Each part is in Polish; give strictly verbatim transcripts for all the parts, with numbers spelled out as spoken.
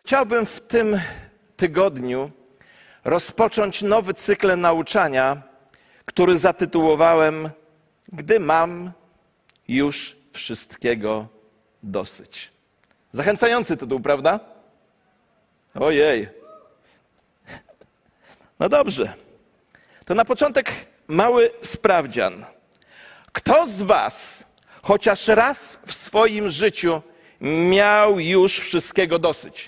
Chciałbym w tym tygodniu rozpocząć nowy cykl nauczania, który zatytułowałem „Gdy mam już wszystkiego dosyć”. Zachęcający tytuł, prawda? Ojej. No dobrze. To na początek mały sprawdzian. Kto z was chociaż raz w swoim życiu miał już wszystkiego dosyć?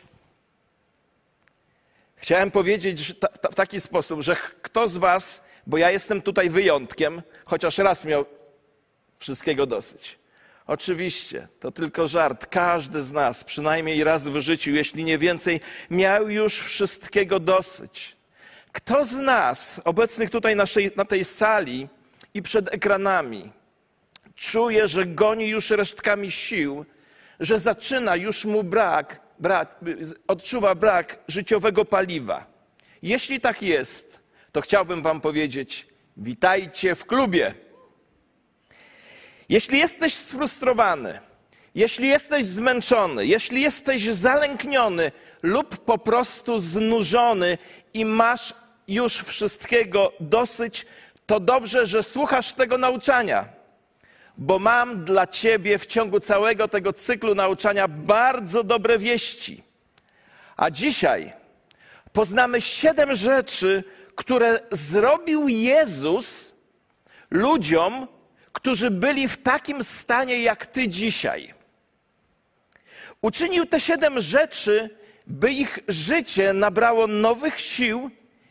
Chciałem powiedzieć że ta, ta, w taki sposób, że kto z was, bo ja jestem tutaj wyjątkiem, chociaż raz miał wszystkiego dosyć. Oczywiście, to tylko żart. Każdy z nas, przynajmniej raz w życiu, jeśli nie więcej, miał już wszystkiego dosyć. Kto z nas, obecnych tutaj naszej, na tej sali i przed ekranami, czuje, że goni już resztkami sił, że zaczyna już mu brak, brak, odczuwa brak życiowego paliwa? Jeśli tak jest, to chciałbym wam powiedzieć, witajcie w klubie. Jeśli jesteś sfrustrowany, jeśli jesteś zmęczony, jeśli jesteś zalękniony lub po prostu znużony i masz już wszystkiego dosyć, to dobrze, że słuchasz tego nauczania, bo mam dla ciebie w ciągu całego tego cyklu nauczania bardzo dobre wieści. A dzisiaj poznamy siedem rzeczy, które zrobił Jezus ludziom, którzy byli w takim stanie jak ty dzisiaj. Uczynił te siedem rzeczy, by ich życie nabrało nowych sił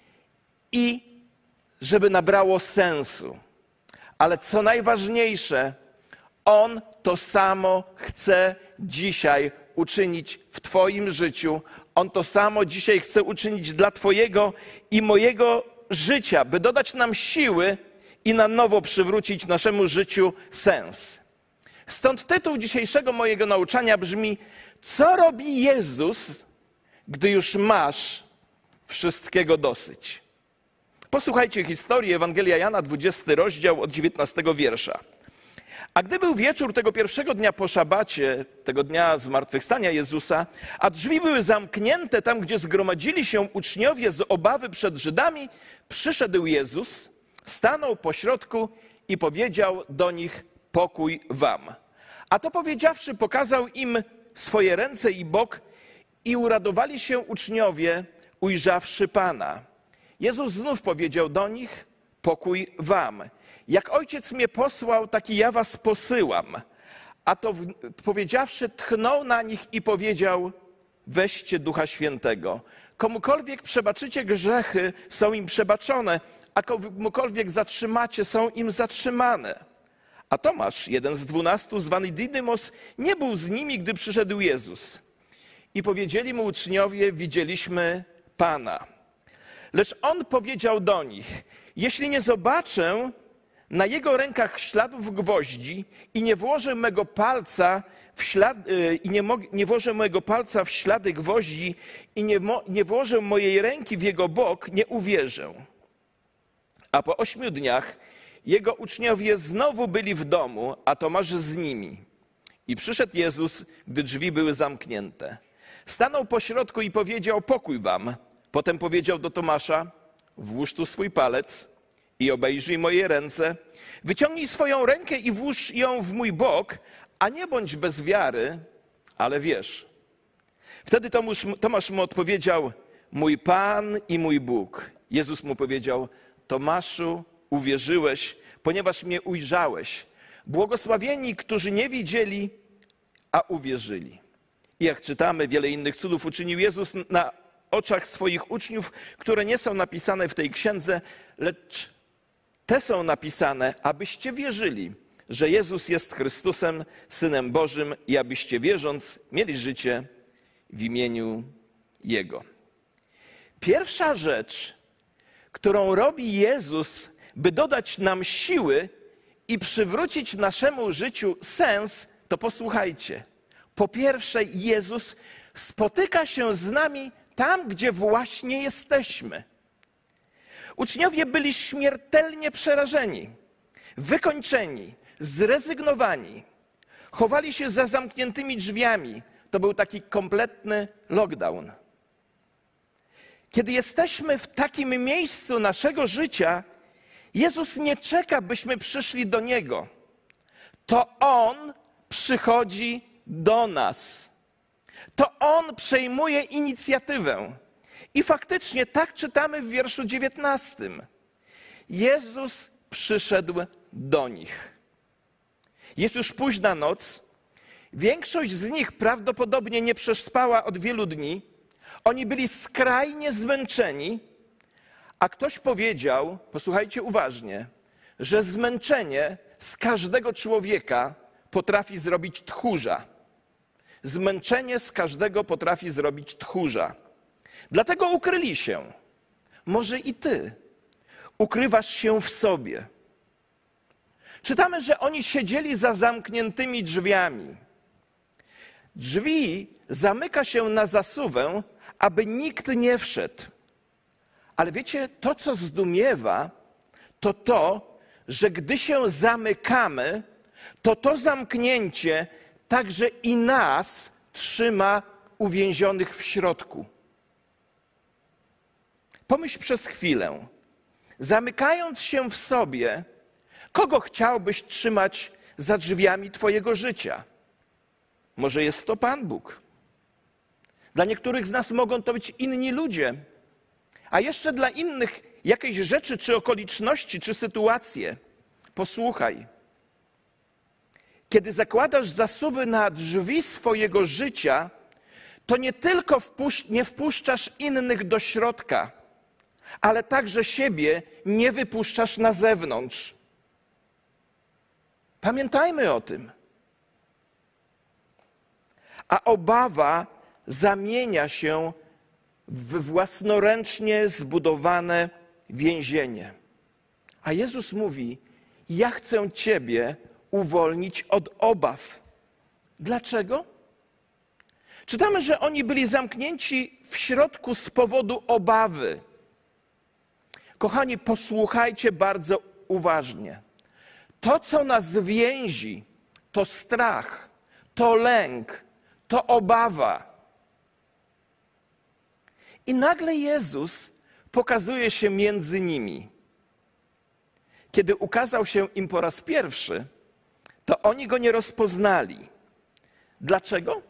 i żeby nabrało sensu. Ale co najważniejsze, On to samo chce dzisiaj uczynić w twoim życiu. On to samo dzisiaj chce uczynić dla twojego i mojego życia, by dodać nam siły i na nowo przywrócić naszemu życiu sens. Stąd tytuł dzisiejszego mojego nauczania brzmi: co robi Jezus, gdy już masz wszystkiego dosyć? Posłuchajcie historii Ewangelia Jana, dwudziesty rozdział od dziewiętnastego wiersza. A gdy był wieczór tego pierwszego dnia po szabacie, tego dnia zmartwychwstania Jezusa, a drzwi były zamknięte tam, gdzie zgromadzili się uczniowie z obawy przed Żydami, przyszedł Jezus, stanął pośrodku i powiedział do nich: pokój wam. A to powiedziawszy, pokazał im swoje ręce i bok i uradowali się uczniowie, ujrzawszy Pana. Jezus znów powiedział do nich: pokój wam. Jak Ojciec mnie posłał, taki ja was posyłam. A to powiedziawszy, tchnął na nich i powiedział: weźcie Ducha Świętego. Komukolwiek przebaczycie grzechy, są im przebaczone, a komukolwiek zatrzymacie, są im zatrzymane. A Tomasz, jeden z dwunastu, zwany Didymos, nie był z nimi, gdy przyszedł Jezus. I powiedzieli mu uczniowie: widzieliśmy Pana. Lecz on powiedział do nich: jeśli nie zobaczę na jego rękach śladów gwoździ i nie włożę mego palca w ślad, i nie, mo, nie włożę mojego palca w ślady gwoździ i nie, mo, nie włożę mojej ręki w jego bok, nie uwierzę. A po ośmiu dniach jego uczniowie znowu byli w domu, a Tomasz z nimi. I przyszedł Jezus, gdy drzwi były zamknięte. Stanął pośrodku i powiedział: pokój wam. Potem powiedział do Tomasza: włóż tu swój palec i obejrzyj moje ręce. Wyciągnij swoją rękę i włóż ją w mój bok, a nie bądź bez wiary, ale wierz. Wtedy Tomasz, Tomasz mu odpowiedział: mój Pan i mój Bóg. Jezus mu powiedział: Tomaszu, uwierzyłeś, ponieważ mnie ujrzałeś. Błogosławieni, którzy nie widzieli, a uwierzyli. I jak czytamy, wiele innych cudów uczynił Jezus na oczach swoich uczniów, które nie są napisane w tej księdze, lecz te są napisane, abyście wierzyli, że Jezus jest Chrystusem, Synem Bożym, i abyście wierząc mieli życie w imieniu Jego. Pierwsza rzecz, którą robi Jezus, by dodać nam siły i przywrócić naszemu życiu sens, to posłuchajcie. Po pierwsze, Jezus spotyka się z nami tam, gdzie właśnie jesteśmy. Uczniowie byli śmiertelnie przerażeni, wykończeni, zrezygnowani. Chowali się za zamkniętymi drzwiami. to był taki kompletny lockdown. Kiedy jesteśmy w takim miejscu naszego życia, Jezus nie czeka, byśmy przyszli do Niego. To On przychodzi do nas. To On przejmuje inicjatywę. I faktycznie tak czytamy w wierszu dziewiętnastym. Jezus przyszedł do nich. Jest już późna noc. Większość z nich prawdopodobnie nie przespała od wielu dni. Oni byli skrajnie zmęczeni, a ktoś powiedział, posłuchajcie uważnie, że zmęczenie z każdego człowieka potrafi zrobić tchórza. Zmęczenie z każdego potrafi zrobić tchórza. Dlatego ukryli się. Może i ty ukrywasz się w sobie. Czytamy, że oni siedzieli za zamkniętymi drzwiami. Drzwi zamyka się na zasuwę, aby nikt nie wszedł. Ale wiecie, to co zdumiewa, to to, że gdy się zamykamy, to to zamknięcie także i nas trzyma uwięzionych w środku. Pomyśl przez chwilę. Zamykając się w sobie, kogo chciałbyś trzymać za drzwiami twojego życia? Może jest to Pan Bóg. Dla niektórych z nas mogą to być inni ludzie, a jeszcze dla innych jakieś rzeczy, czy okoliczności, czy sytuacje. Posłuchaj. Kiedy zakładasz zasuwy na drzwi swojego życia, to nie tylko wpusz- nie wpuszczasz innych do środka, ale także siebie nie wypuszczasz na zewnątrz. Pamiętajmy o tym. A obawa zamienia się w własnoręcznie zbudowane więzienie. A Jezus mówi, ja chcę ciebie uwolnić od obaw. Dlaczego? Czytamy, że oni byli zamknięci w środku z powodu obawy. Kochani, posłuchajcie bardzo uważnie. To, co nas więzi, to strach, to lęk, to obawa. I nagle Jezus pokazuje się między nimi. Kiedy ukazał się im po raz pierwszy, to oni go nie rozpoznali. Dlaczego?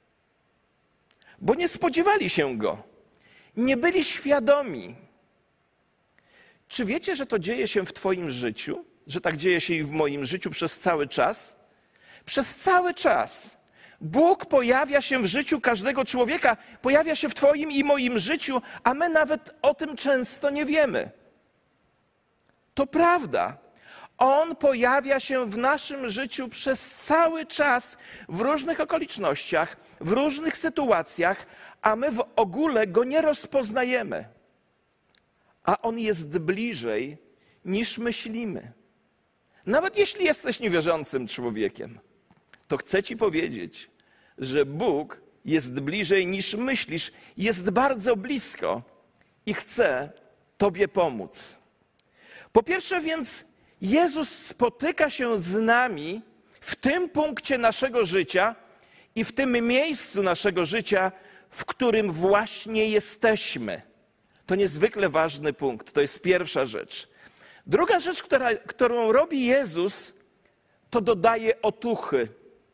Bo nie spodziewali się go. Nie byli świadomi. Czy wiecie, że to dzieje się w twoim życiu? Że tak dzieje się i w moim życiu przez cały czas? Przez cały czas. Bóg pojawia się w życiu każdego człowieka, pojawia się w twoim i moim życiu, a my nawet o tym często nie wiemy. To prawda. On pojawia się w naszym życiu przez cały czas, w różnych okolicznościach, w różnych sytuacjach, a my w ogóle go nie rozpoznajemy. A on jest bliżej niż myślimy. Nawet jeśli jesteś niewierzącym człowiekiem, to chcę ci powiedzieć, że Bóg jest bliżej niż myślisz, jest bardzo blisko i chce tobie pomóc. Po pierwsze więc, Jezus spotyka się z nami w tym punkcie naszego życia i w tym miejscu naszego życia, w którym właśnie jesteśmy. To niezwykle ważny punkt, to jest pierwsza rzecz. Druga rzecz, która, którą robi Jezus, to dodaje otuchy.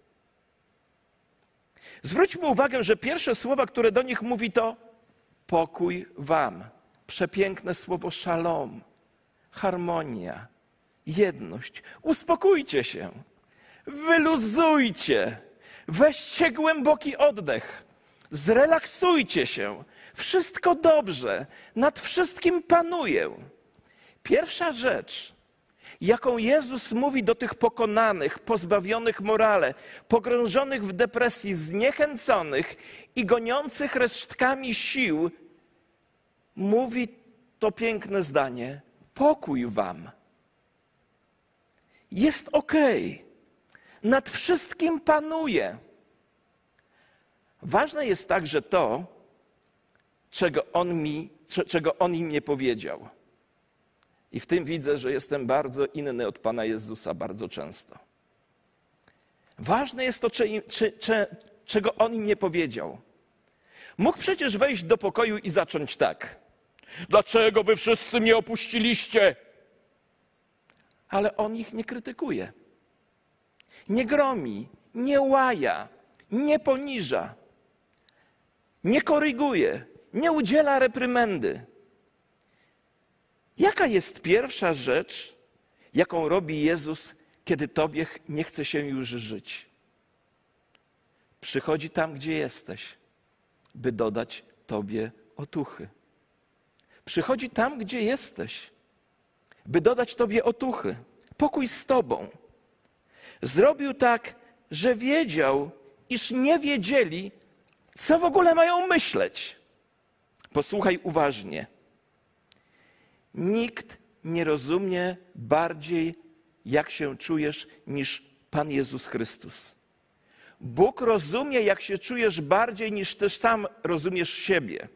Zwróćmy uwagę, że pierwsze słowa, które do nich mówi, to pokój wam. Przepiękne słowo szalom, harmonia, jedność. Uspokójcie się, wyluzujcie, weźcie głęboki oddech, zrelaksujcie się. Wszystko dobrze, nad wszystkim panuję. Pierwsza rzecz, jaką Jezus mówi do tych pokonanych, pozbawionych morale, pogrążonych w depresji, zniechęconych i goniących resztkami sił, mówi to piękne zdanie: pokój wam. Jest okej. Nad wszystkim panuje. Ważne jest także to, czego on mi, czego on im nie powiedział. I w tym widzę, że jestem bardzo inny od Pana Jezusa bardzo często. Ważne jest to, czy, czy, czy, czego on im nie powiedział. Mógł przecież wejść do pokoju i zacząć tak. Dlaczego wy wszyscy mnie opuściliście? Ale on ich nie krytykuje. Nie gromi, nie łaja, nie poniża, nie koryguje, nie udziela reprymendy. Jaka jest pierwsza rzecz, jaką robi Jezus, kiedy tobie nie chce się już żyć? Przychodzi tam, gdzie jesteś, by dodać tobie otuchy. Przychodzi tam, gdzie jesteś, by dodać tobie otuchy. Pokój z tobą. Zrobił tak, że wiedział, iż nie wiedzieli, co w ogóle mają myśleć. Posłuchaj uważnie. Nikt nie rozumie bardziej, jak się czujesz, niż Pan Jezus Chrystus. Bóg rozumie, jak się czujesz bardziej, niż ty sam rozumiesz siebie.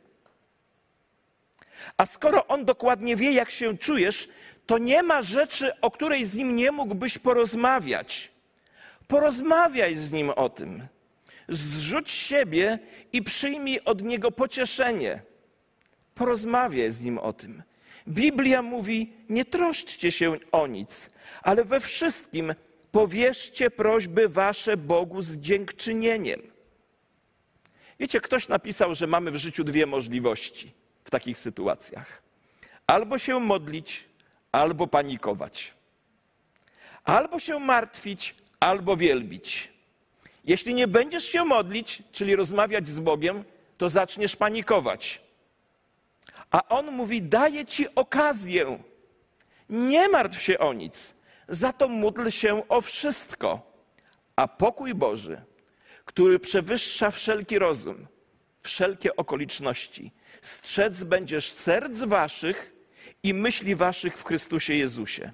A skoro On dokładnie wie, jak się czujesz, to nie ma rzeczy, o której z Nim nie mógłbyś porozmawiać. Porozmawiaj z Nim o tym. Zrzuć siebie i przyjmij od Niego pocieszenie. Porozmawiaj z Nim o tym. Biblia mówi, nie troszczcie się o nic, ale we wszystkim powierzcie prośby wasze Bogu z dziękczynieniem. Wiecie, ktoś napisał, że mamy w życiu dwie możliwości w takich sytuacjach. Albo się modlić, albo panikować. Albo się martwić, albo wielbić. Jeśli nie będziesz się modlić, czyli rozmawiać z Bogiem, to zaczniesz panikować. A On mówi, daję ci okazję. Nie martw się o nic, za to módl się o wszystko. A pokój Boży, który przewyższa wszelki rozum, wszelkie okoliczności, strzec będziesz serc waszych i myśli waszych w Chrystusie Jezusie.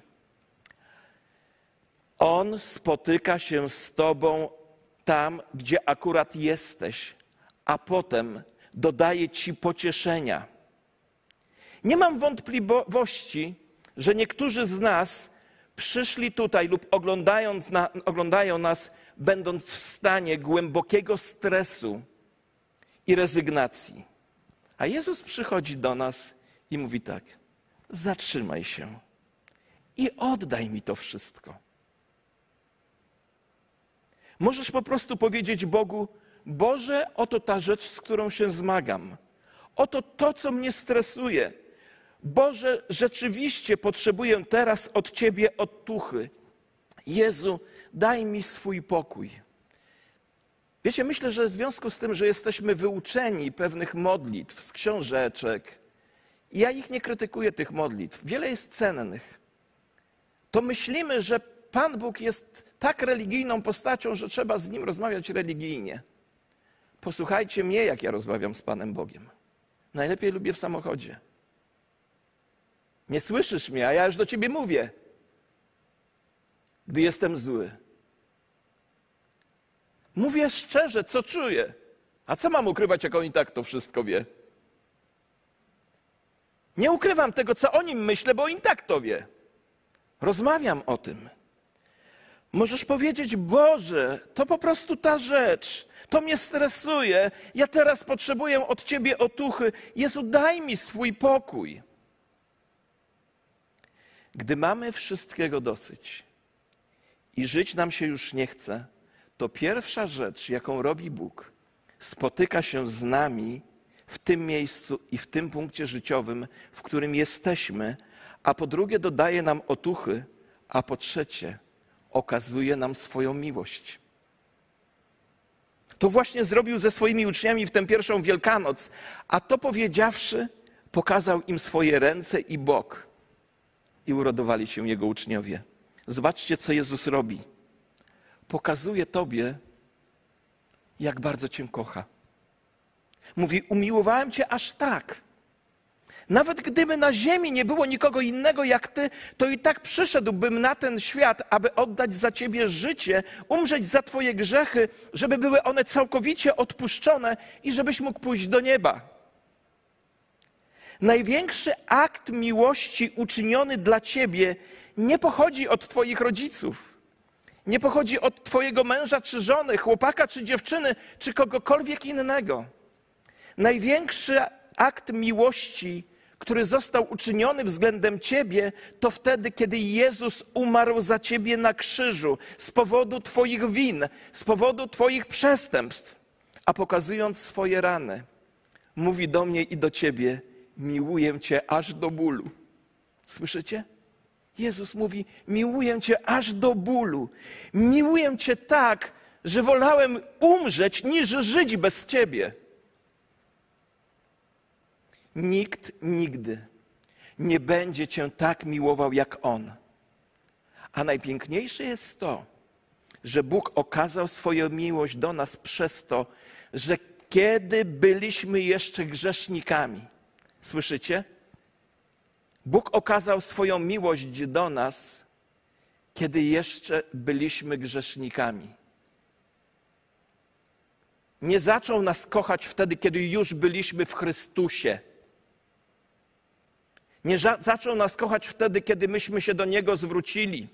On spotyka się z tobą tam, gdzie akurat jesteś, a potem dodaje ci pocieszenia. Nie mam wątpliwości, że niektórzy z nas przyszli tutaj lub oglądając na, oglądają nas, będąc w stanie głębokiego stresu i rezygnacji. A Jezus przychodzi do nas i mówi tak, zatrzymaj się i oddaj mi to wszystko. Możesz po prostu powiedzieć Bogu, Boże, oto ta rzecz, z którą się zmagam. Oto to, co mnie stresuje. Boże, rzeczywiście potrzebuję teraz od Ciebie otuchy. Jezu, daj mi swój pokój. Wiecie, myślę, że w związku z tym, że jesteśmy wyuczeni pewnych modlitw z książeczek, i ja ich nie krytykuję, tych modlitw, wiele jest cennych, to myślimy, że Pan Bóg jest tak religijną postacią, że trzeba z Nim rozmawiać religijnie. Posłuchajcie mnie, jak ja rozmawiam z Panem Bogiem. Najlepiej lubię w samochodzie. Nie słyszysz mnie, a ja już do Ciebie mówię, gdy jestem zły. Mówię szczerze, co czuję. A co mam ukrywać, jak on i tak to wszystko wie? Nie ukrywam tego, co o nim myślę, bo on i tak to wie. Rozmawiam o tym. Możesz powiedzieć, Boże, to po prostu ta rzecz, to mnie stresuje, ja teraz potrzebuję od Ciebie otuchy. Jezu, daj mi swój pokój. Gdy mamy wszystkiego dosyć i żyć nam się już nie chce, to pierwsza rzecz, jaką robi Bóg, spotyka się z nami w tym miejscu i w tym punkcie życiowym, w którym jesteśmy, a po drugie dodaje nam otuchy, a po trzecie okazuje nam swoją miłość. To właśnie zrobił ze swoimi uczniami w tę pierwszą Wielkanoc, a to powiedziawszy, pokazał im swoje ręce i bok. I uradowali się Jego uczniowie. Zobaczcie, co Jezus robi. Pokazuje Tobie, jak bardzo Cię kocha. Mówi, umiłowałem Cię aż tak. Nawet gdyby na ziemi nie było nikogo innego jak Ty, to i tak przyszedłbym na ten świat, aby oddać za Ciebie życie, umrzeć za Twoje grzechy, żeby były one całkowicie odpuszczone i żebyś mógł pójść do nieba. Największy akt miłości uczyniony dla Ciebie nie pochodzi od Twoich rodziców. Nie pochodzi od twojego męża czy żony, chłopaka czy dziewczyny, czy kogokolwiek innego. Największy akt miłości, który został uczyniony względem ciebie, to wtedy, kiedy Jezus umarł za ciebie na krzyżu z powodu twoich win, z powodu twoich przestępstw, a pokazując swoje rany, mówi do mnie i do ciebie: miłuję cię aż do bólu. Słyszycie? Jezus mówi: miłuję cię aż do bólu. Miłuję cię tak, że wolałem umrzeć, niż żyć bez ciebie. Nikt nigdy nie będzie cię tak miłował jak On. A najpiękniejsze jest to, że Bóg okazał swoją miłość do nas przez to, że kiedy byliśmy jeszcze grzesznikami, słyszycie? Bóg okazał swoją miłość do nas, kiedy jeszcze byliśmy grzesznikami. Nie zaczął nas kochać wtedy, kiedy już byliśmy w Chrystusie. Nie za- zaczął nas kochać wtedy, kiedy myśmy się do Niego zwrócili.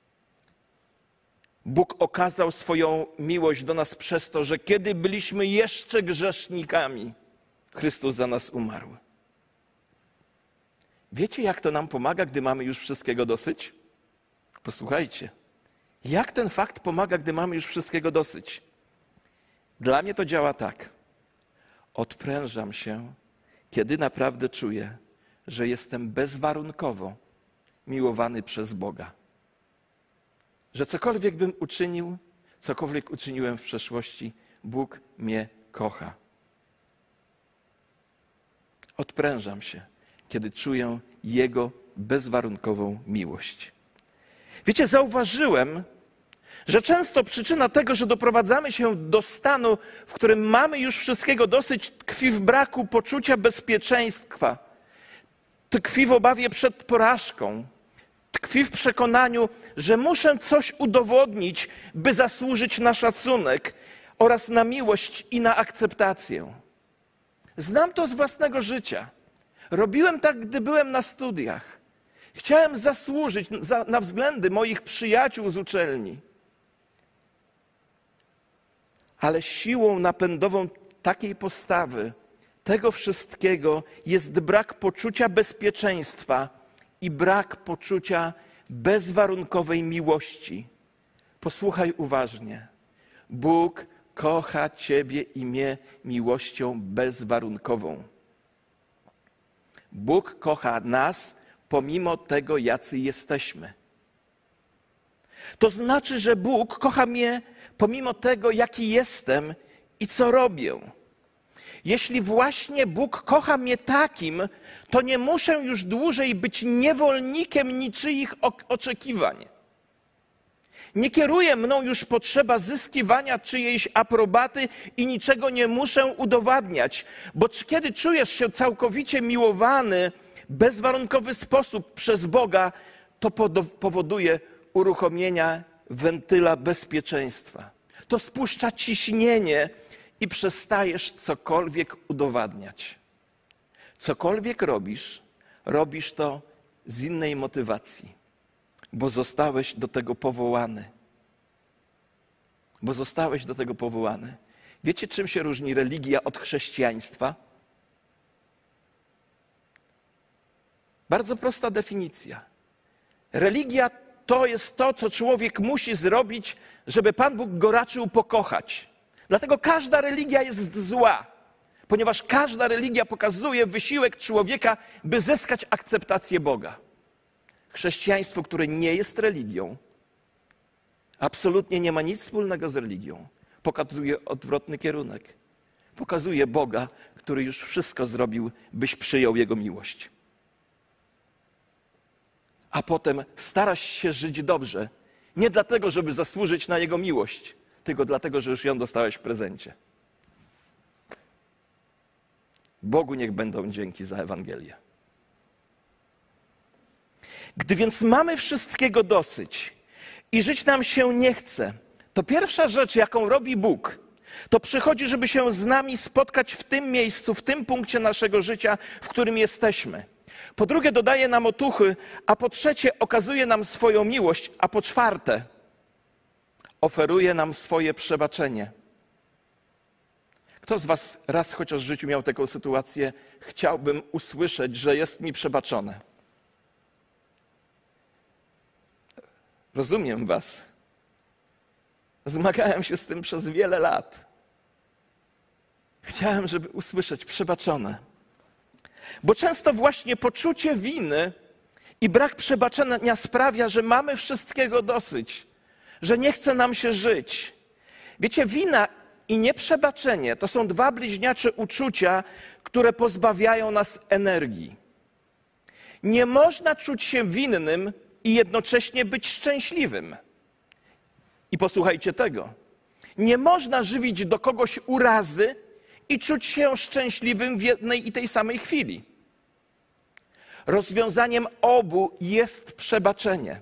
Bóg okazał swoją miłość do nas przez to, że kiedy byliśmy jeszcze grzesznikami, Chrystus za nas umarł. Wiecie, jak to nam pomaga, gdy mamy już wszystkiego dosyć? Posłuchajcie. Jak ten fakt pomaga, gdy mamy już wszystkiego dosyć? Dla mnie to działa tak. Odprężam się, kiedy naprawdę czuję, że jestem bezwarunkowo miłowany przez Boga. Że cokolwiek bym uczynił, cokolwiek uczyniłem w przeszłości, Bóg mnie kocha. Odprężam się, kiedy czuję Jego bezwarunkową miłość. Wiecie, zauważyłem, że często przyczyna tego, że doprowadzamy się do stanu, w którym mamy już wszystkiego dosyć, tkwi w braku poczucia bezpieczeństwa, tkwi w obawie przed porażką, tkwi w przekonaniu, że muszę coś udowodnić, by zasłużyć na szacunek oraz na miłość i na akceptację. Znam to z własnego życia. Robiłem tak, gdy byłem na studiach. Chciałem zasłużyć za, na względy moich przyjaciół z uczelni. Ale siłą napędową takiej postawy, tego wszystkiego jest brak poczucia bezpieczeństwa i brak poczucia bezwarunkowej miłości. Posłuchaj uważnie. Bóg kocha ciebie i mnie miłością bezwarunkową. Bóg kocha nas pomimo tego, jacy jesteśmy. To znaczy, że Bóg kocha mnie pomimo tego, jaki jestem i co robię. Jeśli właśnie Bóg kocha mnie takim, to nie muszę już dłużej być niewolnikiem niczyich oczekiwań. Nie kieruje mną już potrzeba zyskiwania czyjejś aprobaty i niczego nie muszę udowadniać, bo kiedy czujesz się całkowicie miłowany w bezwarunkowy sposób przez Boga, to powoduje uruchomienia wentyla bezpieczeństwa. To spuszcza ciśnienie i przestajesz cokolwiek udowadniać. Cokolwiek robisz, robisz to z innej motywacji, bo zostałeś do tego powołany. Bo zostałeś do tego powołany. Wiecie, czym się różni religia od chrześcijaństwa? Bardzo prosta definicja. Religia to jest to, co człowiek musi zrobić, żeby Pan Bóg go raczył pokochać. Dlatego każda religia jest zła, ponieważ każda religia pokazuje wysiłek człowieka, by zyskać akceptację Boga. Chrześcijaństwo, które nie jest religią, absolutnie nie ma nic wspólnego z religią, pokazuje odwrotny kierunek. Pokazuje Boga, który już wszystko zrobił, byś przyjął Jego miłość. A potem starasz się żyć dobrze, nie dlatego, żeby zasłużyć na Jego miłość, tylko dlatego, że już ją dostałeś w prezencie. Bogu niech będą dzięki za Ewangelię. Gdy więc mamy wszystkiego dosyć i żyć nam się nie chce, to pierwsza rzecz, jaką robi Bóg, to przychodzi, żeby się z nami spotkać w tym miejscu, w tym punkcie naszego życia, w którym jesteśmy. Po drugie, dodaje nam otuchy, a po trzecie, okazuje nam swoją miłość, a po czwarte, oferuje nam swoje przebaczenie. Kto z was raz chociaż w życiu miał taką sytuację, chciałbym usłyszeć, że jest mi przebaczone? Rozumiem was. Zmagałem się z tym przez wiele lat. Chciałem, żeby usłyszeć przebaczone. Bo często właśnie poczucie winy i brak przebaczenia sprawia, że mamy wszystkiego dosyć, że nie chce nam się żyć. Wiecie, wina i nieprzebaczenie to są dwa bliźniacze uczucia, które pozbawiają nas energii. Nie można czuć się winnym i jednocześnie być szczęśliwym. I posłuchajcie tego. Nie można żywić do kogoś urazy i czuć się szczęśliwym w jednej i tej samej chwili. Rozwiązaniem obu jest przebaczenie.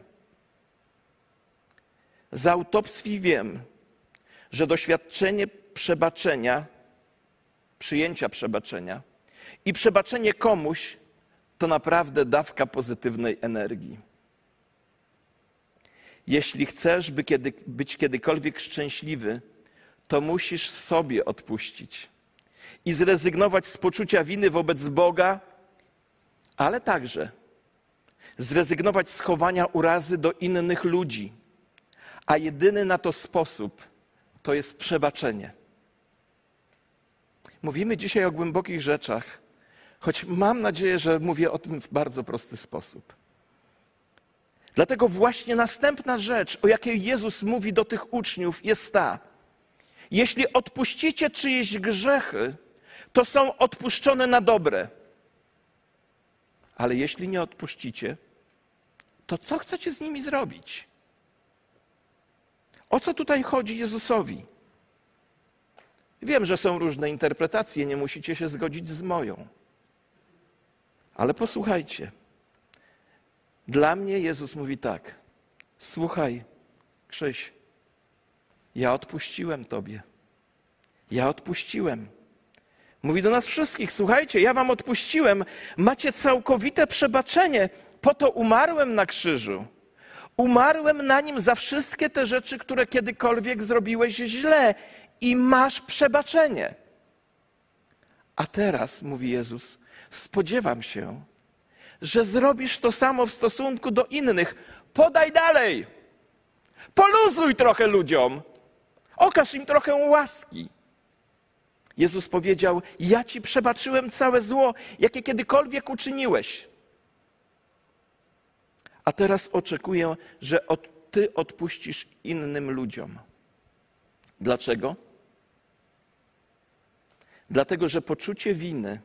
Z autopsji wiem, że doświadczenie przebaczenia, przyjęcia przebaczenia i przebaczenie komuś to naprawdę dawka pozytywnej energii. Jeśli chcesz by kiedy, być kiedykolwiek szczęśliwy, to musisz sobie odpuścić i zrezygnować z poczucia winy wobec Boga, ale także zrezygnować z chowania urazy do innych ludzi. A jedyny na to sposób to jest przebaczenie. Mówimy dzisiaj o głębokich rzeczach, choć mam nadzieję, że mówię o tym w bardzo prosty sposób. Dlatego właśnie następna rzecz, o jakiej Jezus mówi do tych uczniów, jest ta. Jeśli odpuścicie czyjeś grzechy, to są odpuszczone na dobre. Ale jeśli nie odpuścicie, to co chcecie z nimi zrobić? O co tutaj chodzi Jezusowi? Wiem, że są różne interpretacje, nie musicie się zgodzić z moją. Ale posłuchajcie. Dla mnie Jezus mówi tak. Słuchaj, Krzyś, ja odpuściłem tobie. Ja odpuściłem. Mówi do nas wszystkich, słuchajcie, ja wam odpuściłem. Macie całkowite przebaczenie. Po to umarłem na krzyżu. Umarłem na nim za wszystkie te rzeczy, które kiedykolwiek zrobiłeś źle i masz przebaczenie. A teraz, mówi Jezus, spodziewam się, że zrobisz to samo w stosunku do innych. Podaj dalej. Poluzuj trochę ludziom. Okaż im trochę łaski. Jezus powiedział, ja ci przebaczyłem całe zło, jakie kiedykolwiek uczyniłeś. A teraz oczekuję, że od, ty odpuścisz innym ludziom. Dlaczego? Dlatego, że poczucie winy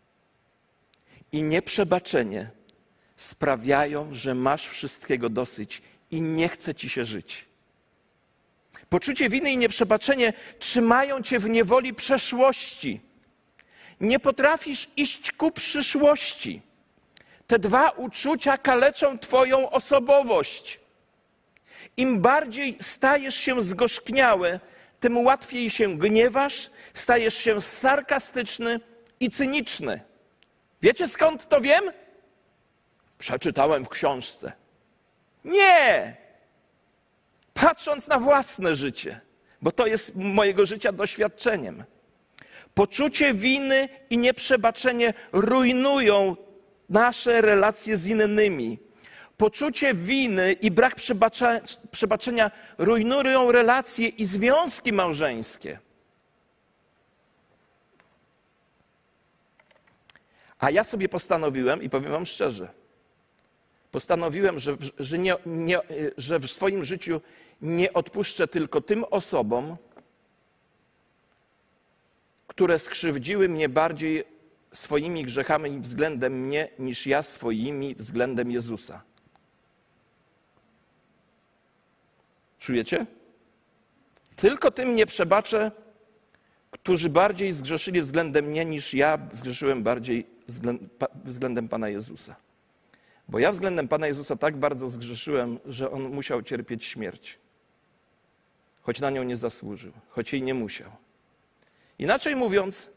i nieprzebaczenie sprawiają, że masz wszystkiego dosyć i nie chce ci się żyć. Poczucie winy i nieprzebaczenie trzymają cię w niewoli przeszłości. Nie potrafisz iść ku przyszłości. Te dwa uczucia kaleczą twoją osobowość. Im bardziej stajesz się zgorzkniały, tym łatwiej się gniewasz, stajesz się sarkastyczny i cyniczny. Wiecie, skąd to wiem? Przeczytałem w książce. Nie! Patrząc na własne życie, bo to jest mojego życia doświadczeniem. Poczucie winy i nieprzebaczenie rujnują nasze relacje z innymi. Poczucie winy i brak przebaczenia rujnują relacje i związki małżeńskie. A ja sobie postanowiłem, i powiem wam szczerze, postanowiłem, że, że, nie, nie, że w swoim życiu nie odpuszczę tylko tym osobom, które skrzywdziły mnie bardziej swoimi grzechami względem mnie, niż ja swoimi względem Jezusa. Czujecie? Tylko tym nie przebaczę, którzy bardziej zgrzeszyli względem mnie, niż ja zgrzeszyłem bardziej względem Pana Jezusa. Bo ja względem Pana Jezusa tak bardzo zgrzeszyłem, że On musiał cierpieć śmierć. Choć na nią nie zasłużył, choć jej nie musiał. Inaczej mówiąc,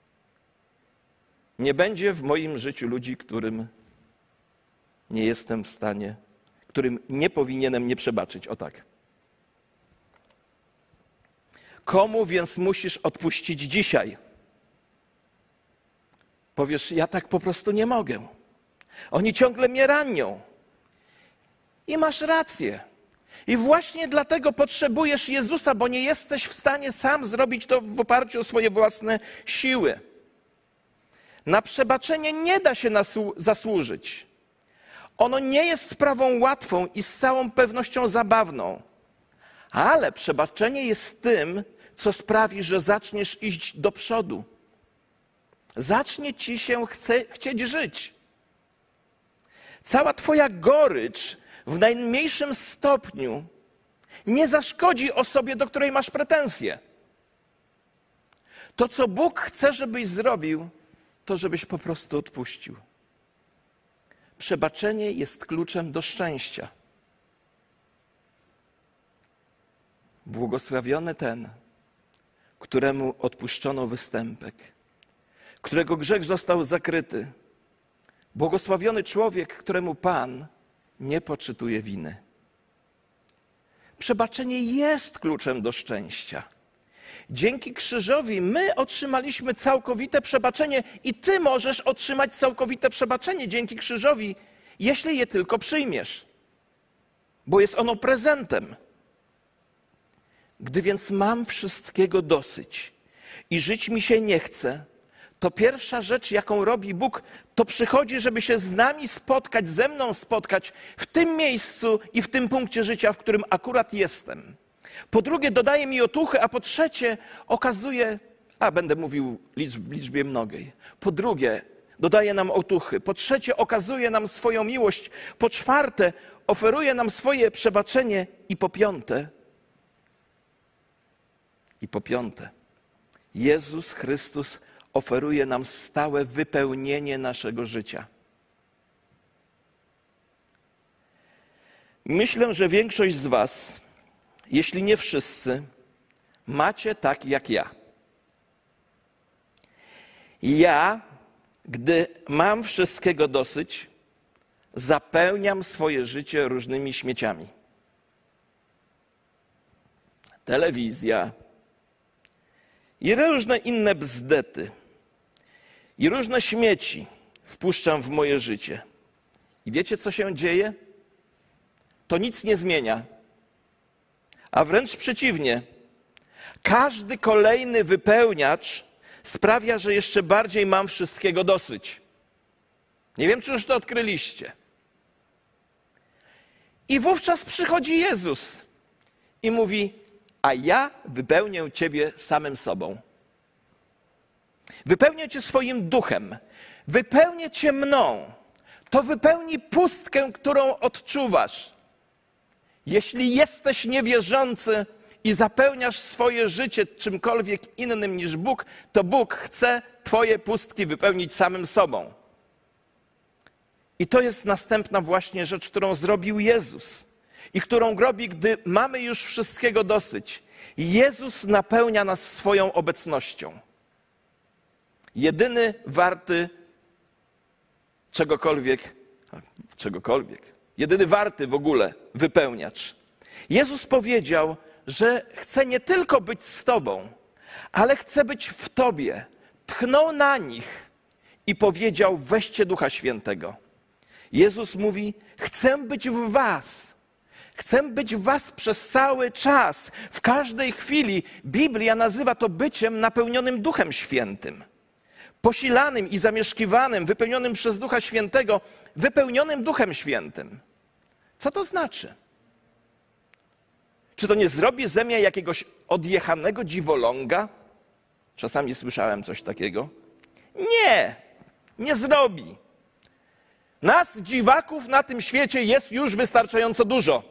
nie będzie w moim życiu ludzi, którym nie jestem w stanie, którym nie powinienem nie przebaczyć. O tak. Komu więc musisz odpuścić dzisiaj? Powiesz, ja tak po prostu nie mogę. Oni ciągle mnie ranią. I masz rację. I właśnie dlatego potrzebujesz Jezusa, bo nie jesteś w stanie sam zrobić to w oparciu o swoje własne siły. Na przebaczenie nie da się zasłużyć. Ono nie jest sprawą łatwą i z całą pewnością zabawną. Ale przebaczenie jest tym, co sprawi, że zaczniesz iść do przodu. Zacznie ci się chce, chcieć żyć. Cała twoja gorycz w najmniejszym stopniu nie zaszkodzi osobie, do której masz pretensje. To, co Bóg chce, żebyś zrobił, to żebyś po prostu odpuścił. Przebaczenie jest kluczem do szczęścia. Błogosławiony ten, któremu odpuszczono występek, którego grzech został zakryty. Błogosławiony człowiek, któremu Pan nie poczytuje winy. Przebaczenie jest kluczem do szczęścia. Dzięki krzyżowi my otrzymaliśmy całkowite przebaczenie i ty możesz otrzymać całkowite przebaczenie dzięki krzyżowi, jeśli je tylko przyjmiesz, bo jest ono prezentem. Gdy więc mam wszystkiego dosyć i żyć mi się nie chce, to pierwsza rzecz, jaką robi Bóg, to przychodzi, żeby się z nami spotkać, ze mną spotkać w tym miejscu i w tym punkcie życia, w którym akurat jestem. Po drugie, dodaje mi otuchy, a po trzecie, okazuje, a będę mówił w liczbie mnogiej. Po drugie, dodaje nam otuchy. Po trzecie, okazuje nam swoją miłość. Po czwarte, oferuje nam swoje przebaczenie. I po piąte, i po piąte, Jezus Chrystus oferuje nam stałe wypełnienie naszego życia. Myślę, że większość z was, jeśli nie wszyscy, macie tak jak ja. Ja, gdy mam wszystkiego dosyć, zapełniam swoje życie różnymi śmieciami. Telewizja i różne inne bzdety i różne śmieci wpuszczam w moje życie. I wiecie, co się dzieje? To nic nie zmienia. A wręcz przeciwnie, każdy kolejny wypełniacz sprawia, że jeszcze bardziej mam wszystkiego dosyć. Nie wiem, czy już to odkryliście. I wówczas przychodzi Jezus i mówi, a ja wypełnię ciebie samym sobą. Wypełnię cię swoim duchem. Wypełnię cię mną. To wypełni pustkę, którą odczuwasz. Jeśli jesteś niewierzący i zapełniasz swoje życie czymkolwiek innym niż Bóg, to Bóg chce twoje pustki wypełnić samym sobą. I to jest następna właśnie rzecz, którą zrobił Jezus i którą robi, gdy mamy już wszystkiego dosyć. Jezus napełnia nas swoją obecnością. Jedyny warty czegokolwiek, czegokolwiek, jedyny warty w ogóle wypełniacz. Jezus powiedział, że chce nie tylko być z tobą, ale chce być w tobie. Tchnął na nich i powiedział, weźcie Ducha Świętego. Jezus mówi, chcę być w was. Chcę być w was przez cały czas, w każdej chwili. Biblia nazywa to byciem napełnionym Duchem Świętym. Posilanym i zamieszkiwanym, wypełnionym przez Ducha Świętego, wypełnionym Duchem Świętym. Co to znaczy? Czy to nie zrobi ze mnie jakiegoś odjechanego dziwoląga? Czasami słyszałem coś takiego. Nie, nie zrobi. Nas, dziwaków, na tym świecie jest już wystarczająco dużo.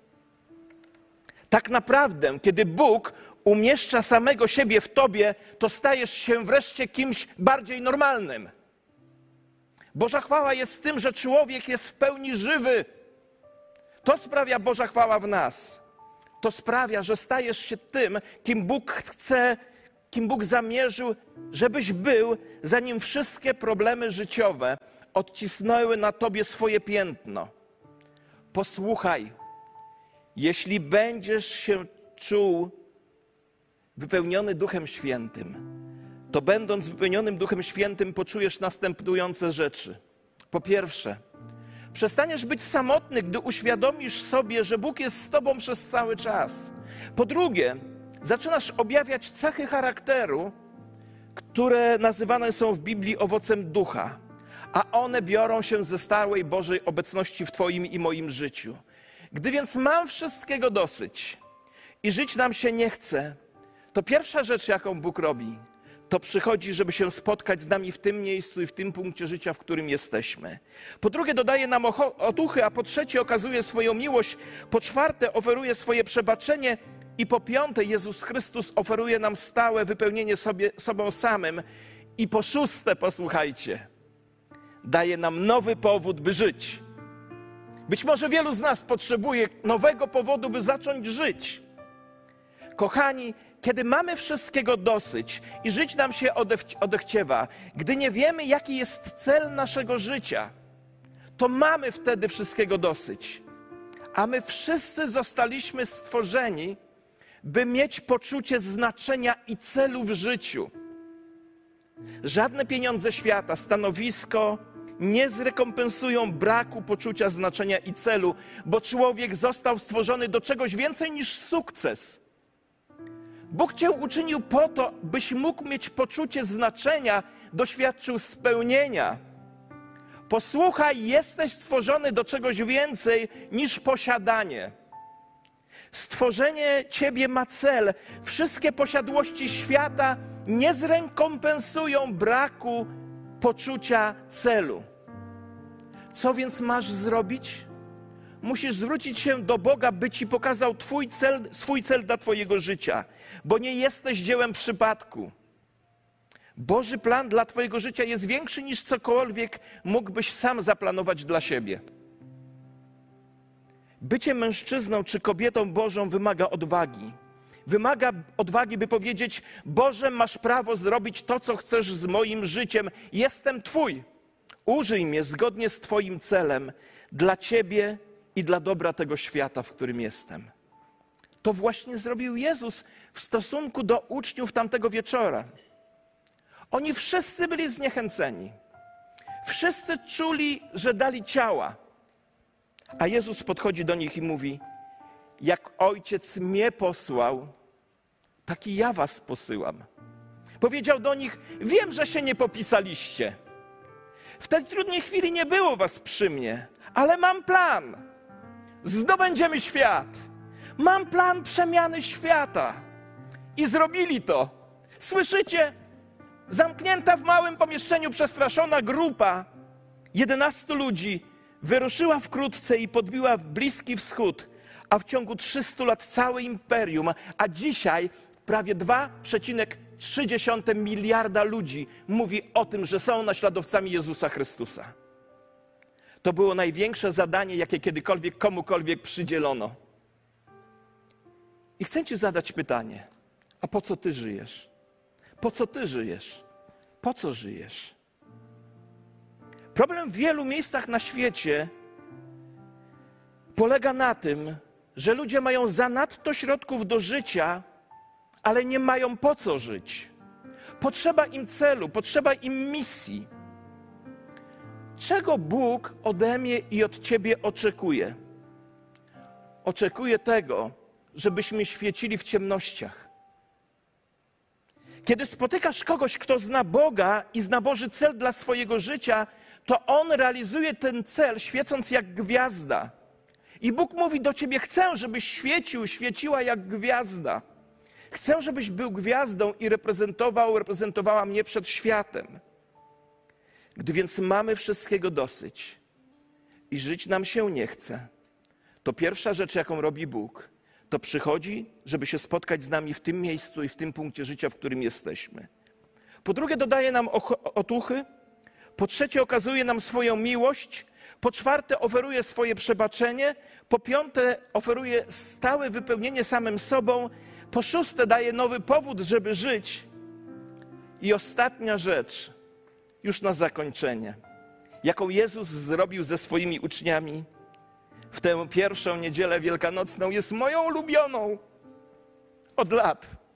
Tak naprawdę, kiedy Bóg umieszcza samego siebie w tobie, to stajesz się wreszcie kimś bardziej normalnym. Boża chwała jest tym, że człowiek jest w pełni żywy. To sprawia Boża chwała w nas. To sprawia, że stajesz się tym, kim Bóg chce, kim Bóg zamierzył, żebyś był, zanim wszystkie problemy życiowe odcisnęły na tobie swoje piętno. Posłuchaj, jeśli będziesz się czuł wypełniony Duchem Świętym, to będąc wypełnionym Duchem Świętym poczujesz następujące rzeczy. Po pierwsze, przestaniesz być samotny, gdy uświadomisz sobie, że Bóg jest z tobą przez cały czas. Po drugie, zaczynasz objawiać cechy charakteru, które nazywane są w Biblii owocem ducha, a one biorą się ze stałej Bożej obecności w twoim i moim życiu. Gdy więc mam wszystkiego dosyć i żyć nam się nie chce, to pierwsza rzecz, jaką Bóg robi, to przychodzi, żeby się spotkać z nami w tym miejscu i w tym punkcie życia, w którym jesteśmy. Po drugie, dodaje nam otuchy, a po trzecie, okazuje swoją miłość. Po czwarte, oferuje swoje przebaczenie. I po piąte, Jezus Chrystus oferuje nam stałe wypełnienie sobie, sobą samym. I po szóste, posłuchajcie, daje nam nowy powód, by żyć. Być może wielu z nas potrzebuje nowego powodu, by zacząć żyć. Kochani, kiedy mamy wszystkiego dosyć i żyć nam się odechciewa, gdy nie wiemy, jaki jest cel naszego życia, to mamy wtedy wszystkiego dosyć. A my wszyscy zostaliśmy stworzeni, by mieć poczucie znaczenia i celu w życiu. Żadne pieniądze świata, stanowisko nie zrekompensują braku poczucia znaczenia i celu, bo człowiek został stworzony do czegoś więcej niż sukces. Bóg cię uczynił po to, byś mógł mieć poczucie znaczenia, doświadczył spełnienia. Posłuchaj, jesteś stworzony do czegoś więcej niż posiadanie. Stworzenie ciebie ma cel. Wszystkie posiadłości świata nie zrekompensują braku poczucia celu. Co więc masz zrobić? Musisz zwrócić się do Boga, by ci pokazał twój cel, swój cel dla twojego życia, bo nie jesteś dziełem przypadku. Boży plan dla twojego życia jest większy niż cokolwiek mógłbyś sam zaplanować dla siebie. Bycie mężczyzną czy kobietą Bożą wymaga odwagi. Wymaga odwagi, by powiedzieć: Boże, masz prawo zrobić to, co chcesz z moim życiem. Jestem Twój. Użyj mnie zgodnie z Twoim celem dla Ciebie i dla dobra tego świata, w którym jestem. To właśnie zrobił Jezus w stosunku do uczniów tamtego wieczora. Oni wszyscy byli zniechęceni. Wszyscy czuli, że dali ciała. A Jezus podchodzi do nich i mówi: jak Ojciec mnie posłał, tak i ja was posyłam. Powiedział do nich: wiem, że się nie popisaliście. W tej trudnej chwili nie było was przy mnie, ale mam plan. Zdobędziemy świat. Mam plan przemiany świata. I zrobili to. Słyszycie? Zamknięta w małym pomieszczeniu przestraszona grupa, jedenastu ludzi, wyruszyła wkrótce i podbiła Bliski Wschód, a w ciągu trzystu lat całe imperium, a dzisiaj prawie dwa przecinek trzy miliarda ludzi mówi o tym, że są naśladowcami Jezusa Chrystusa. To było największe zadanie, jakie kiedykolwiek komukolwiek przydzielono. I chcę ci zadać pytanie: a po co ty żyjesz? Po co ty żyjesz? Po co żyjesz? Problem w wielu miejscach na świecie polega na tym, że ludzie mają zanadto środków do życia, ale nie mają po co żyć. Potrzeba im celu, potrzeba im misji. Czego Bóg ode mnie i od ciebie oczekuje? Oczekuje tego, żebyśmy świecili w ciemnościach. Kiedy spotykasz kogoś, kto zna Boga i zna Boży cel dla swojego życia, to on realizuje ten cel, świecąc jak gwiazda. I Bóg mówi do ciebie: chcę, żebyś świecił, świeciła jak gwiazda. Chcę, żebyś był gwiazdą i reprezentował, reprezentowała mnie przed światem. Gdy więc mamy wszystkiego dosyć i żyć nam się nie chce, to pierwsza rzecz, jaką robi Bóg, to przychodzi, żeby się spotkać z nami w tym miejscu i w tym punkcie życia, w którym jesteśmy. Po drugie, dodaje nam otuchy. Po trzecie, okazuje nam swoją miłość. Po czwarte, oferuje swoje przebaczenie. Po piąte, oferuje stałe wypełnienie samym sobą. Po szóste, daje nowy powód, żeby żyć. I ostatnia rzecz, już na zakończenie, jaką Jezus zrobił ze swoimi uczniami w tę pierwszą niedzielę wielkanocną, jest moją ulubioną od lat.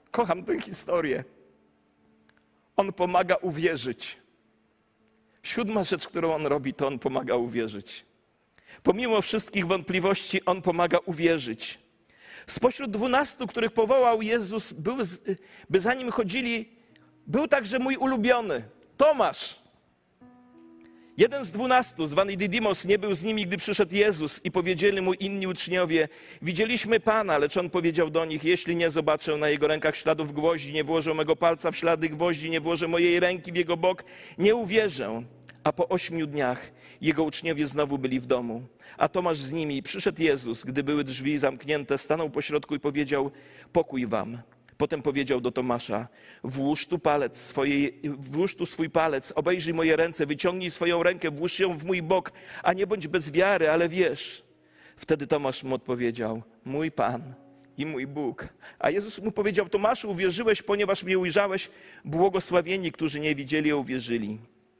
Kocham tę historię. On pomaga uwierzyć. Siódma rzecz, którą on robi, to on pomaga uwierzyć. Pomimo wszystkich wątpliwości, on pomaga uwierzyć. Spośród dwunastu, których powołał Jezus, był, by za nim chodzili, był także mój ulubiony, Tomasz. Jeden z dwunastu, zwany Didymos, nie był z nimi, gdy przyszedł Jezus i powiedzieli mu inni uczniowie: widzieliśmy Pana, lecz on powiedział do nich: jeśli nie zobaczę na jego rękach śladów gwoździ, nie włożę mego palca w ślady gwoździ, nie włożę mojej ręki w jego bok, nie uwierzę. A po ośmiu dniach jego uczniowie znowu byli w domu, a Tomasz z nimi. Przyszedł Jezus, gdy były drzwi zamknięte, stanął pośrodku i powiedział: pokój wam. Potem powiedział do Tomasza: włóż tu palec swojej, włóż tu swój palec, obejrzyj moje ręce, wyciągnij swoją rękę, włóż ją w mój bok, a nie bądź bez wiary, ale wierz. Wtedy Tomasz mu odpowiedział: mój Pan i mój Bóg. A Jezus mu powiedział: Tomaszu, uwierzyłeś, ponieważ mnie ujrzałeś, błogosławieni, którzy nie widzieli, a uwierzyli.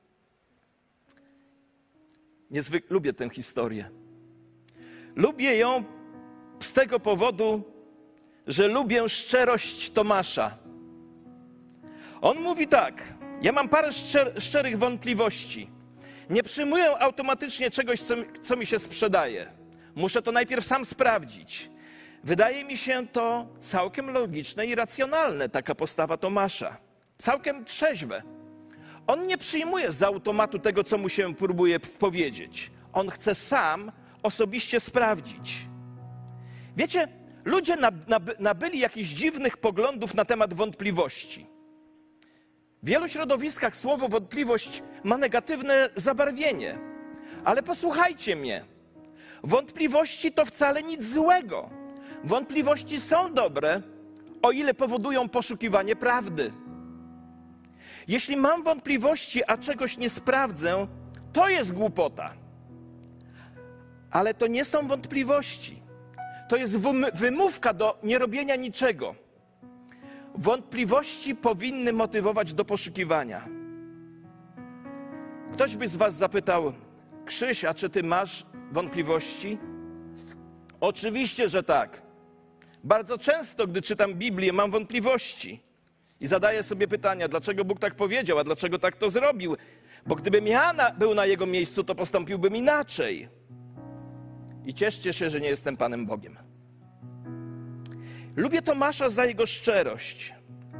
Niezwykle lubię tę historię. Lubię ją z tego powodu, że lubię szczerość Tomasza. On mówi tak: ja mam parę szczer, szczerych wątpliwości. Nie przyjmuję automatycznie czegoś, co, co mi się sprzedaje. Muszę to najpierw sam sprawdzić. Wydaje mi się to całkiem logiczne i racjonalne, taka postawa Tomasza. Całkiem trzeźwe. On nie przyjmuje z automatu tego, co mu się próbuje powiedzieć. On chce sam osobiście sprawdzić. Wiecie, ludzie nabyli jakichś dziwnych poglądów na temat wątpliwości. W wielu środowiskach słowo wątpliwość ma negatywne zabarwienie. Ale posłuchajcie mnie. Wątpliwości to wcale nic złego. Wątpliwości są dobre, o ile powodują poszukiwanie prawdy. Jeśli mam wątpliwości, a czegoś nie sprawdzę, to jest głupota. Ale to nie są wątpliwości. To jest wymówka do nierobienia niczego. Wątpliwości powinny motywować do poszukiwania. Ktoś by z was zapytał: Krzyś, a czy ty masz wątpliwości? Oczywiście, że tak. Bardzo często, gdy czytam Biblię, mam wątpliwości. I zadaję sobie pytania, dlaczego Bóg tak powiedział, a dlaczego tak to zrobił? Bo gdybym ja na, był na Jego miejscu, to postąpiłbym inaczej. I cieszcie się, że nie jestem Panem Bogiem. Lubię Tomasza za jego szczerość.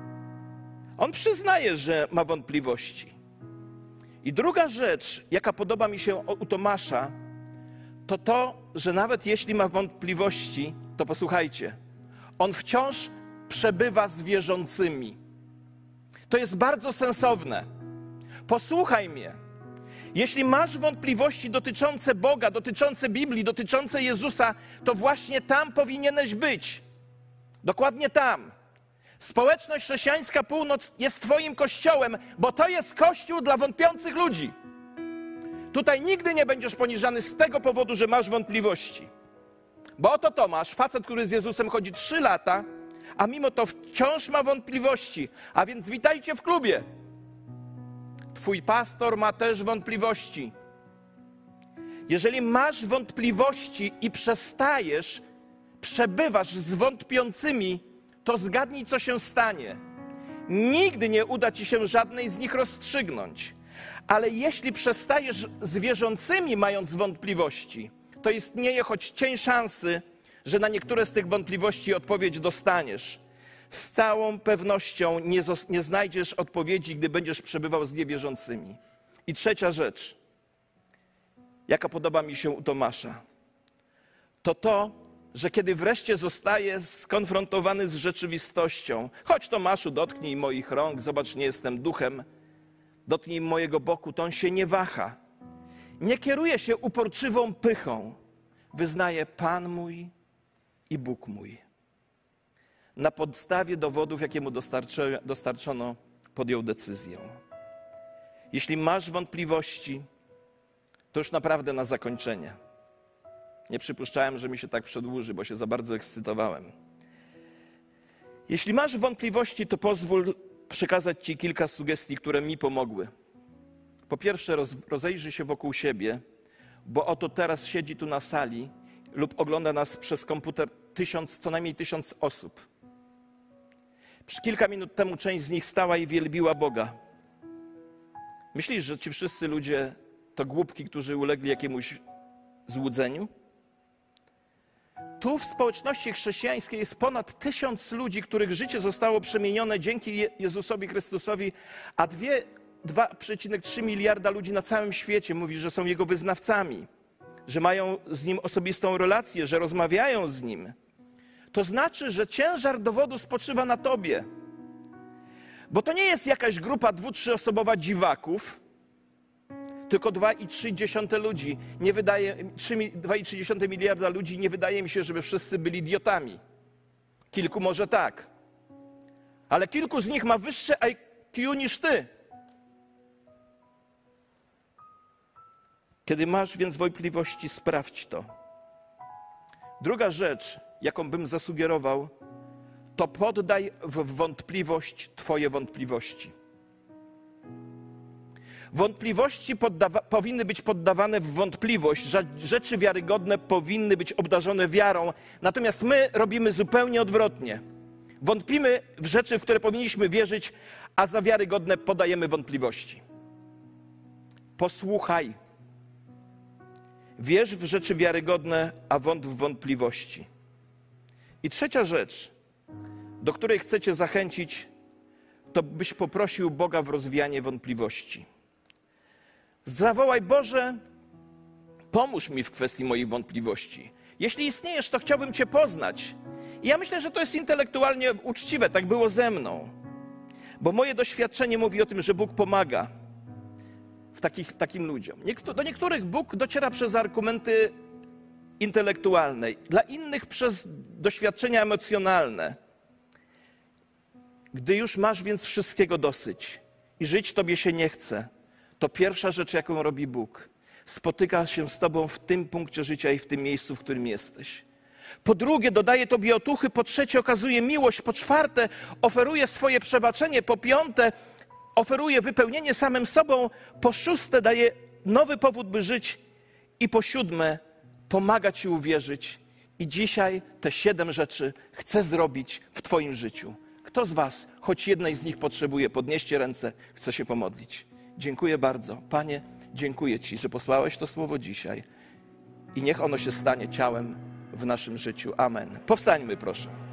On przyznaje, że ma wątpliwości. I druga rzecz, jaka podoba mi się u Tomasza, to to, że nawet jeśli ma wątpliwości, to posłuchajcie, on wciąż przebywa z wierzącymi. To jest bardzo sensowne. Posłuchaj mnie. Jeśli masz wątpliwości dotyczące Boga, dotyczące Biblii, dotyczące Jezusa, to właśnie tam powinieneś być. Dokładnie tam. Społeczność Chrześcijańska Północ jest twoim kościołem, bo to jest kościół dla wątpiących ludzi. Tutaj nigdy nie będziesz poniżany z tego powodu, że masz wątpliwości. Bo oto Tomasz, facet, który z Jezusem chodzi trzy lata, a mimo to wciąż ma wątpliwości. A więc witajcie w klubie. Twój pastor ma też wątpliwości. Jeżeli masz wątpliwości i przestajesz, przebywasz z wątpiącymi, to zgadnij, co się stanie. Nigdy nie uda ci się żadnej z nich rozstrzygnąć. Ale jeśli przestajesz z wierzącymi, mając wątpliwości, to istnieje choć cień szansy, że na niektóre z tych wątpliwości odpowiedź dostaniesz. Z całą pewnością nie, nie znajdziesz odpowiedzi, gdy będziesz przebywał z niewierzącymi. I trzecia rzecz, jaka podoba mi się u Tomasza, to to, że kiedy wreszcie zostaje skonfrontowany z rzeczywistością, chodź Tomaszu, dotknij moich rąk, zobacz, nie jestem duchem, dotknij mojego boku, to on się nie waha. Nie kieruje się uporczywą pychą. Wyznaje: Pan mój i Bóg mój. Na podstawie dowodów, jakie mu dostarczono, podjął decyzję. Jeśli masz wątpliwości, to już naprawdę na zakończenie. Nie przypuszczałem, że mi się tak przedłuży, bo się za bardzo ekscytowałem. Jeśli masz wątpliwości, to pozwól przekazać ci kilka sugestii, które mi pomogły. Po pierwsze, roz, rozejrzyj się wokół siebie, bo oto teraz siedzi tu na sali lub ogląda nas przez komputer tysiąc, co najmniej tysiąc osób. Kilka minut temu część z nich stała i wielbiła Boga. Myślisz, że ci wszyscy ludzie to głupki, którzy ulegli jakiemuś złudzeniu? Tu w społeczności chrześcijańskiej jest ponad tysiąc ludzi, których życie zostało przemienione dzięki Je- Jezusowi Chrystusowi, a dwa przecinek trzy miliarda ludzi na całym świecie mówi, że są Jego wyznawcami, że mają z Nim osobistą relację, że rozmawiają z Nim. To znaczy, że ciężar dowodu spoczywa na tobie. Bo to nie jest jakaś grupa dwu-, trzyosobowa dziwaków, tylko dwa i trzy dziesiąte ludzi. Nie wydaje, dwa i trzy dziesiąte miliarda ludzi, nie wydaje mi się, żeby wszyscy byli idiotami. Kilku może tak. Ale kilku z nich ma wyższe I Q niż ty. Kiedy masz więc wątpliwości, sprawdź to. Druga rzecz, jaką bym zasugerował, to poddaj w wątpliwość twoje wątpliwości. Wątpliwości poddawa- powinny być poddawane w wątpliwość. Rzeczy wiarygodne powinny być obdarzone wiarą. Natomiast my robimy zupełnie odwrotnie. Wątpimy w rzeczy, w które powinniśmy wierzyć, a za wiarygodne podajemy wątpliwości. Posłuchaj. Wierz w rzeczy wiarygodne, a wątp w wątpliwości. I trzecia rzecz, do której chcę cię zachęcić, to byś poprosił Boga w rozwianie wątpliwości. Zawołaj: Boże, pomóż mi w kwestii moich wątpliwości. Jeśli istniejesz, to chciałbym Cię poznać. I ja myślę, że to jest intelektualnie uczciwe, tak było ze mną. Bo moje doświadczenie mówi o tym, że Bóg pomaga w takich, takim ludziom. Niektó- do niektórych Bóg dociera przez argumenty intelektualne, dla innych przez doświadczenia emocjonalne. Gdy już masz więc wszystkiego dosyć i żyć Tobie się nie chce, to pierwsza rzecz, jaką robi Bóg, spotyka się z Tobą w tym punkcie życia i w tym miejscu, w którym jesteś. Po drugie, dodaje Tobie otuchy, po trzecie, okazuje miłość, po czwarte, oferuje swoje przebaczenie, po piąte, oferuje wypełnienie samym sobą, po szóste, daje nowy powód, by żyć i po siódme, pomaga Ci uwierzyć. I dzisiaj te siedem rzeczy chcę zrobić w Twoim życiu. Kto z was choć jednej z nich potrzebuje? Podnieście ręce, chcę się pomodlić. Dziękuję bardzo. Panie, dziękuję Ci, że posłałeś to słowo dzisiaj i niech ono się stanie ciałem w naszym życiu. Amen. Powstańmy, proszę.